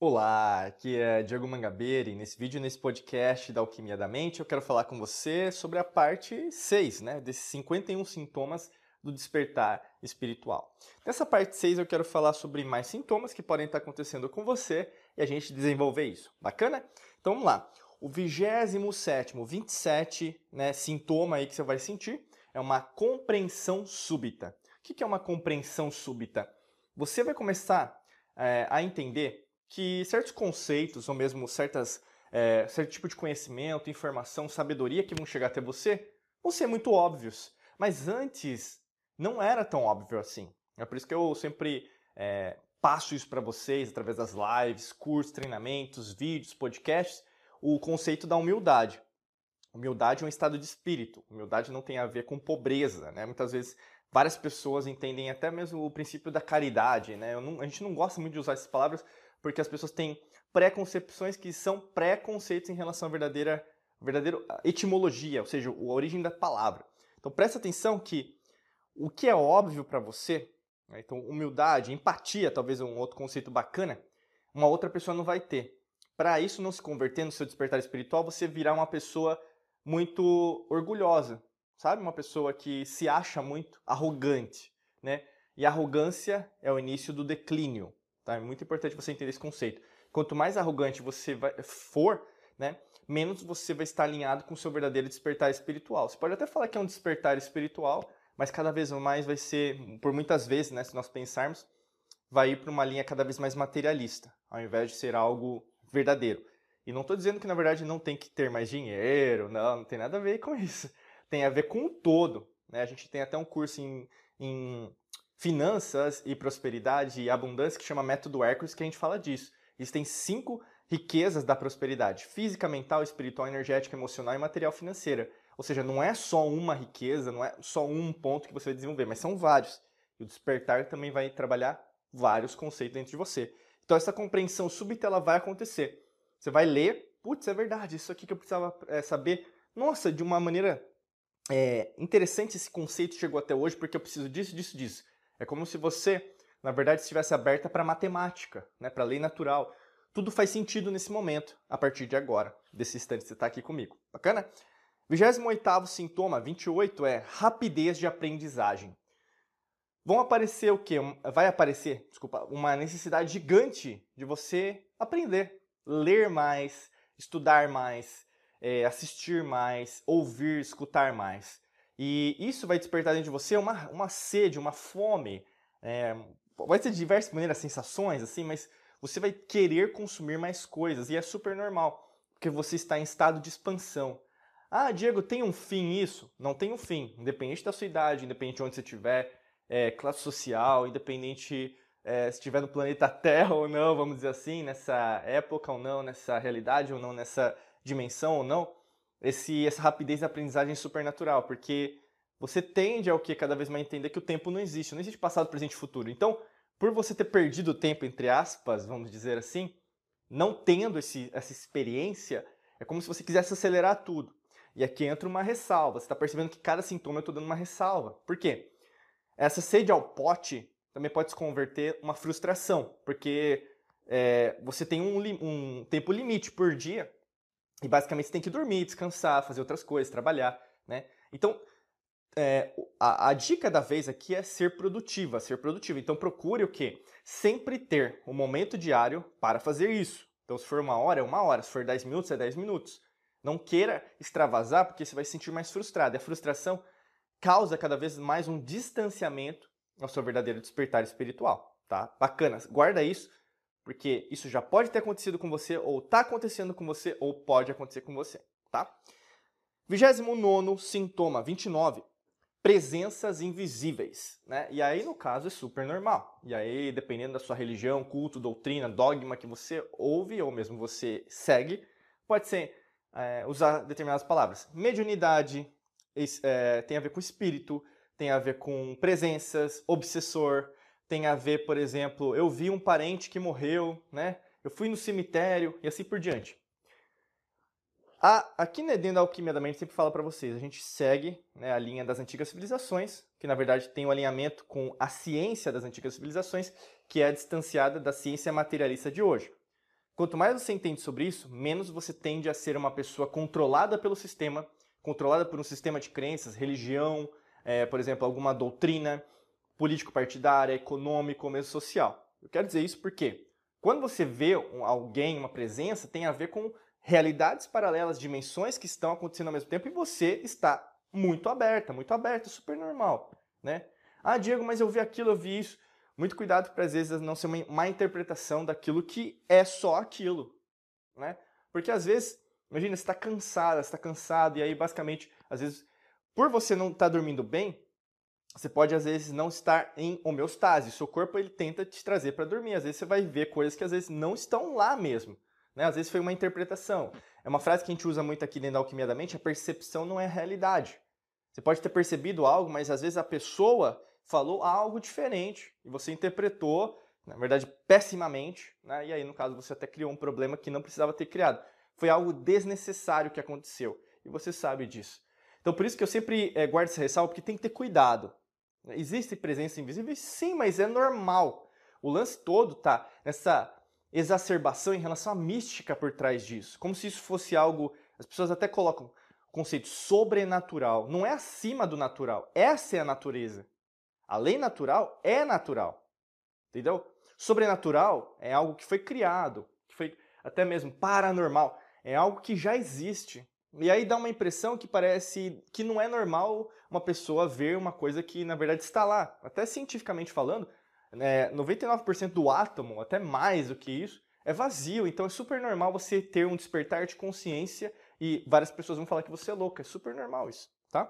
Olá, aqui é Diego Mangabeira e nesse vídeo, nesse podcast da Alquimia da Mente, eu quero falar com você sobre a parte 6, desses 51 sintomas do despertar espiritual. Nessa parte 6 eu quero falar sobre mais sintomas que podem estar acontecendo com você e a gente desenvolver isso. Bacana? Então vamos lá. O 27º, 27, sintoma aí que você vai sentir é uma compreensão súbita. O que é uma compreensão súbita? Você vai começar a entender que certos conceitos, ou mesmo certo tipo de conhecimento, informação, sabedoria que vão chegar até você, vão ser muito óbvios. Mas antes, não era tão óbvio assim. É por isso que eu sempre passo isso para vocês, através das lives, cursos, treinamentos, vídeos, podcasts, o conceito da humildade. Humildade é um estado de espírito. Humildade não tem a ver com pobreza, né? Muitas vezes várias pessoas entendem até mesmo o princípio da caridade, né? A gente não gosta muito de usar essas palavras porque as pessoas têm preconcepções que são preconceitos em relação à verdadeira etimologia, ou seja, a origem da palavra. Então presta atenção que o que é óbvio para você, né? Então humildade, empatia, talvez um outro conceito bacana, uma outra pessoa não vai ter. Para isso não se converter no seu despertar espiritual, você virar uma pessoa muito orgulhosa, sabe? Uma pessoa que se acha muito arrogante, né? E a arrogância é o início do declínio, tá? É muito importante você entender esse conceito. Quanto mais arrogante você for, né, menos você vai estar alinhado com o seu verdadeiro despertar espiritual. Você pode até falar que é um despertar espiritual, mas cada vez mais vai ser, por muitas vezes, né, se nós pensarmos, vai ir para uma linha cada vez mais materialista, ao invés de ser algo verdadeiro. E não estou dizendo que, na verdade, não tem que ter mais dinheiro, não tem nada a ver com isso. Tem a ver com o todo, né? A gente tem até um curso em finanças e prosperidade e abundância que chama Método Hércules, que a gente fala disso. Existem 5 riquezas da prosperidade: física, mental, espiritual, energética, emocional e material financeira. Ou seja, não é só uma riqueza, não é só um ponto que você vai desenvolver, mas são vários. E o despertar também vai trabalhar vários conceitos dentro de você. Então essa compreensão súbita ela vai acontecer. Você vai ler, putz, é verdade, isso aqui que eu precisava saber. Nossa, de uma maneira interessante esse conceito chegou até hoje porque eu preciso disso, disso, disso. É como se você, na verdade, estivesse aberta para matemática, né, para a lei natural. Tudo faz sentido nesse momento, a partir de agora, desse instante que você está aqui comigo. Bacana? 28º sintoma, 28, é rapidez de aprendizagem. Vão aparecer o quê? Vai aparecer, desculpa, uma necessidade gigante de você aprender, ler mais, estudar mais, assistir mais, ouvir, escutar mais. E isso vai despertar dentro de você uma sede, uma fome. Vai ser de diversas maneiras, sensações, assim, mas você vai querer consumir mais coisas. E é super normal, porque você está em estado de expansão. Ah, Diego, tem um fim isso? Não tem um fim, independente da sua idade, independente de onde você estiver, classe social, independente se estiver no planeta Terra ou não, vamos dizer assim, nessa época ou não, nessa realidade ou não, nessa dimensão ou não, essa rapidez da aprendizagem é supernatural, porque você tende ao que cada vez mais entender que o tempo não existe passado, presente e futuro. Então, por você ter perdido o tempo, entre aspas, vamos dizer assim, não tendo essa experiência, é como se você quisesse acelerar tudo. E aqui entra uma ressalva. Você está percebendo que cada sintoma eu estou dando uma ressalva. Por quê? Essa sede ao pote também pode se converter uma frustração, porque você tem um tempo limite por dia e basicamente você tem que dormir, descansar, fazer outras coisas, trabalhar, né? Então, a dica da vez aqui é ser produtiva, ser produtivo. Então procure o quê? Sempre ter um momento diário para fazer isso. Então se for 1 hora, é 1 hora. Se for 10 minutos, é 10 minutos. Não queira extravasar porque você vai se sentir mais frustrado. E a frustração causa cada vez mais um distanciamento ao seu verdadeiro despertar espiritual, tá? Bacana, guarda isso, porque isso já pode ter acontecido com você, ou está acontecendo com você, ou pode acontecer com você, tá? 29º sintoma, 29, presenças invisíveis, né? E aí, no caso, é super normal. E aí, dependendo da sua religião, culto, doutrina, dogma que você ouve, ou mesmo você segue, pode ser usar determinadas palavras. Mediunidade, tem a ver com espírito, tem a ver com presenças, obsessor, tem a ver, por exemplo, eu vi um parente que morreu, né? Eu fui no cemitério e assim por diante. Aqui dentro da Alquimia da Mente sempre fala para vocês, a gente segue, né, a linha das antigas civilizações, que na verdade tem um alinhamento com a ciência das antigas civilizações, que é distanciada da ciência materialista de hoje. Quanto mais você entende sobre isso, menos você tende a ser uma pessoa controlada pelo sistema, controlada por um sistema de crenças, religião, por exemplo, alguma doutrina político-partidária, econômica ou mesmo social. Eu quero dizer isso porque quando você vê alguém, uma presença, tem a ver com realidades paralelas, dimensões que estão acontecendo ao mesmo tempo e você está muito aberta, super normal, né? Ah, Diego, mas eu vi aquilo, eu vi isso. Muito cuidado para às vezes não ser uma má interpretação daquilo que é só aquilo, né? Porque às vezes, imagina, você está cansada, você está cansado, e aí basicamente, às vezes, por você não estar dormindo bem, você pode às vezes não estar em homeostase. Seu corpo ele tenta te trazer para dormir. Às vezes você vai ver coisas que às vezes não estão lá mesmo, né? Às vezes foi uma interpretação. É uma frase que a gente usa muito aqui dentro da Alquimia da Mente: a percepção não é a realidade. Você pode ter percebido algo, mas às vezes a pessoa falou algo diferente e você interpretou, na verdade, pessimamente, né? E aí, no caso, você até criou um problema que não precisava ter criado. Foi algo desnecessário que aconteceu e você sabe disso. Então, por isso que eu sempre guardo essa ressalva, porque tem que ter cuidado. Existe presença invisível? Sim, mas é normal. O lance todo tá nessa exacerbação em relação à mística por trás disso. Como se isso fosse algo... As pessoas até colocam o conceito sobrenatural. Não é acima do natural. Essa é a natureza. A lei natural é natural. Entendeu? Sobrenatural é algo que foi criado, que foi até mesmo paranormal. É algo que já existe. E aí dá uma impressão que parece que não é normal uma pessoa ver uma coisa que na verdade está lá. Até cientificamente falando, 99% do átomo, até mais do que isso, é vazio. Então é super normal você ter um despertar de consciência e várias pessoas vão falar que você é louca. É super normal isso, tá?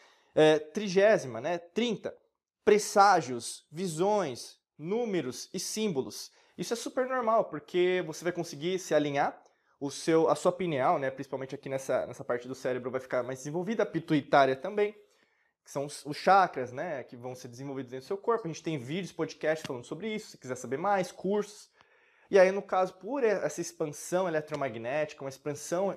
30ª, né? 30. Presságios, visões, números e símbolos. Isso é super normal, porque você vai conseguir se alinhar, a sua pineal, né, principalmente aqui nessa parte do cérebro, vai ficar mais desenvolvida, a pituitária também, que são os chakras, né, que vão ser desenvolvidos dentro do seu corpo. A gente tem vídeos, podcasts falando sobre isso, se quiser saber mais, cursos. E aí, no caso, por essa expansão eletromagnética, uma expansão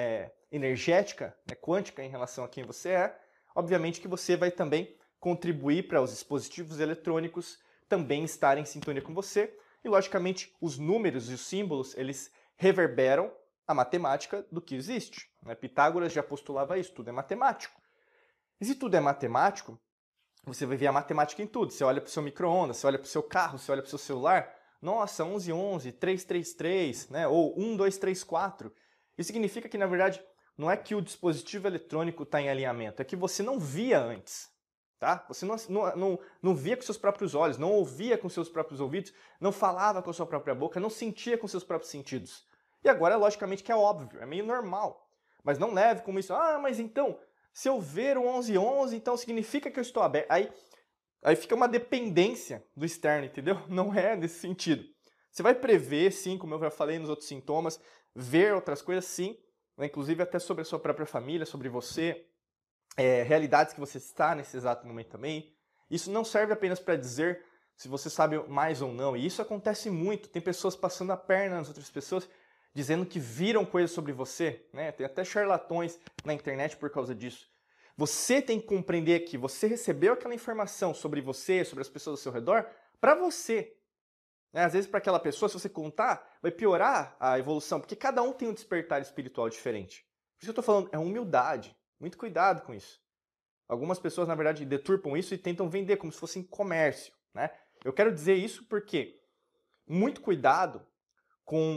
energética, né, quântica em relação a quem você é, obviamente que você vai também contribuir para os dispositivos eletrônicos também estarem em sintonia com você. E, logicamente, os números e os símbolos, eles reverberam a matemática do que existe. Né? Pitágoras já postulava isso, tudo é matemático. E se tudo é matemático, você vai ver a matemática em tudo. Você olha para o seu micro-ondas, você olha para o seu carro, você olha para o seu celular. Nossa, 1111, 333, né? Ou 1234. Isso significa que, na verdade, não é que o dispositivo eletrônico está em alinhamento, é que você não via antes. Tá? Você não via com seus próprios olhos, não ouvia com seus próprios ouvidos, não falava com a sua própria boca, não sentia com seus próprios sentidos. E agora, logicamente, que é óbvio, é meio normal. Mas não leve como isso, mas então, se eu ver o 1111, então significa que eu estou aberto. Aí fica uma dependência do externo, entendeu? Não é nesse sentido. Você vai prever, sim, como eu já falei nos outros sintomas, ver outras coisas, sim, né? Inclusive até sobre a sua própria família, sobre você, realidades que você está nesse exato momento também. Isso não serve apenas para dizer se você sabe mais ou não. E isso acontece muito. Tem pessoas passando a perna nas outras pessoas, dizendo que viram coisas sobre você, né? Tem até charlatões na internet por causa disso. Você tem que compreender que você recebeu aquela informação sobre você, sobre as pessoas ao seu redor, para você. Né? Às vezes, para aquela pessoa, se você contar, vai piorar a evolução, porque cada um tem um despertar espiritual diferente. Por isso que eu estou falando, é humildade. Muito cuidado com isso. Algumas pessoas, na verdade, deturpam isso e tentam vender como se fosse comércio, né? Eu quero dizer isso porque muito cuidado com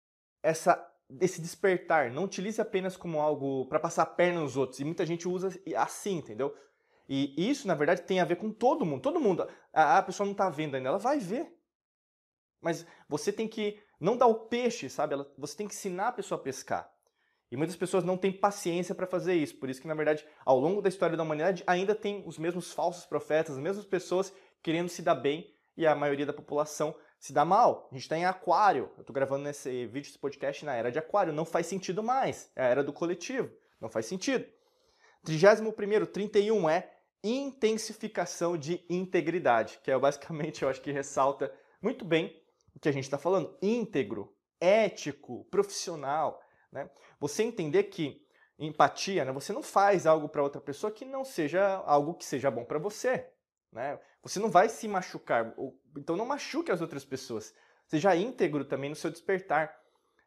esse despertar. Não utilize apenas como algo para passar a perna nos outros. E muita gente usa assim, entendeu? E isso, na verdade, tem a ver com todo mundo. Todo mundo. A pessoa não está vendo ainda, ela vai ver. Mas você tem que não dar o peixe, sabe? Você tem que ensinar a pessoa a pescar. E muitas pessoas não têm paciência para fazer isso. Por isso que, na verdade, ao longo da história da humanidade, ainda tem os mesmos falsos profetas, as mesmas pessoas querendo se dar bem e a maioria da população se dá mal. A gente está em Aquário. Eu estou gravando esse vídeo, esse podcast na era de Aquário. Não faz sentido mais. É a era do coletivo. Não faz sentido. 31º, 31 é intensificação de integridade, que é basicamente, eu acho que ressalta muito bem o que a gente está falando. Íntegro, ético, profissional. Né? Você entender que empatia, né? Você não faz algo para outra pessoa que não seja algo que seja bom para você. Né? Você não vai se machucar, então não machuque as outras pessoas. Seja íntegro também no seu despertar.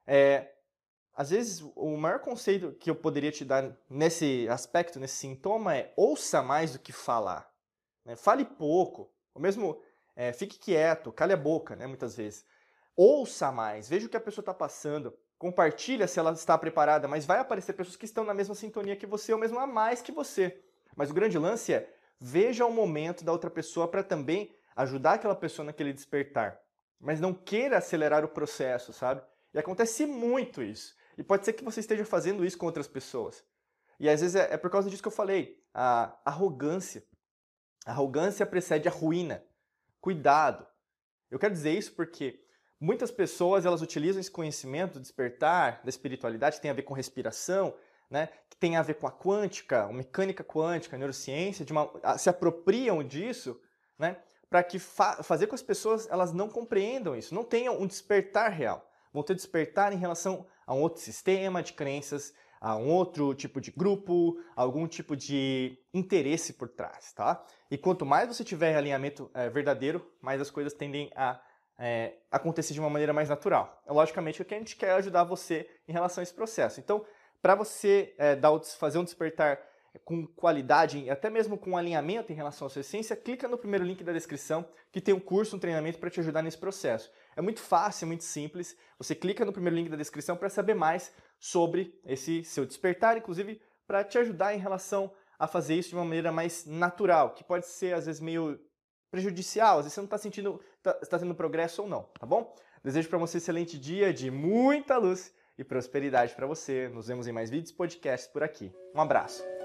Às vezes, o maior conceito que eu poderia te dar nesse aspecto, nesse sintoma, é ouça mais do que falar. Né? Fale pouco, ou mesmo fique quieto, cale a boca, né, muitas vezes. Ouça mais, veja o que a pessoa está passando, compartilha se ela está preparada, mas vai aparecer pessoas que estão na mesma sintonia que você, ou mesmo a mais que você. Mas o grande lance é, veja o momento da outra pessoa para também ajudar aquela pessoa naquele despertar. Mas não queira acelerar o processo, sabe? E acontece muito isso. E pode ser que você esteja fazendo isso com outras pessoas. E às vezes é por causa disso que eu falei, a arrogância. A arrogância precede a ruína. Cuidado. Eu quero dizer isso porque muitas pessoas elas utilizam esse conhecimento do despertar, da espiritualidade, que tem a ver com respiração, né, que tem a ver com a quântica, a mecânica quântica, a neurociência, se apropriam disso, né, para que fazer com que as pessoas elas não compreendam isso, não tenham um despertar real. Vão ter despertar em relação a um outro sistema de crenças, a um outro tipo de grupo, algum tipo de interesse por trás, tá? E quanto mais você tiver alinhamento verdadeiro, mais as coisas tendem a acontecer de uma maneira mais natural. Logicamente, o que a gente quer é ajudar você em relação a esse processo. Então, para você fazer um despertar com qualidade, até mesmo com alinhamento em relação à sua essência, clica no primeiro link da descrição, que tem um curso, um treinamento para te ajudar nesse processo. É muito fácil, é muito simples. Você clica no primeiro link da descrição para saber mais sobre esse seu despertar, inclusive para te ajudar em relação a fazer isso de uma maneira mais natural, que pode ser às vezes meio prejudicial, às vezes você não está sentindo, está tendo progresso ou não, tá bom? Desejo para você um excelente dia de muita luz e prosperidade para você. Nos vemos em mais vídeos e podcasts por aqui. Um abraço.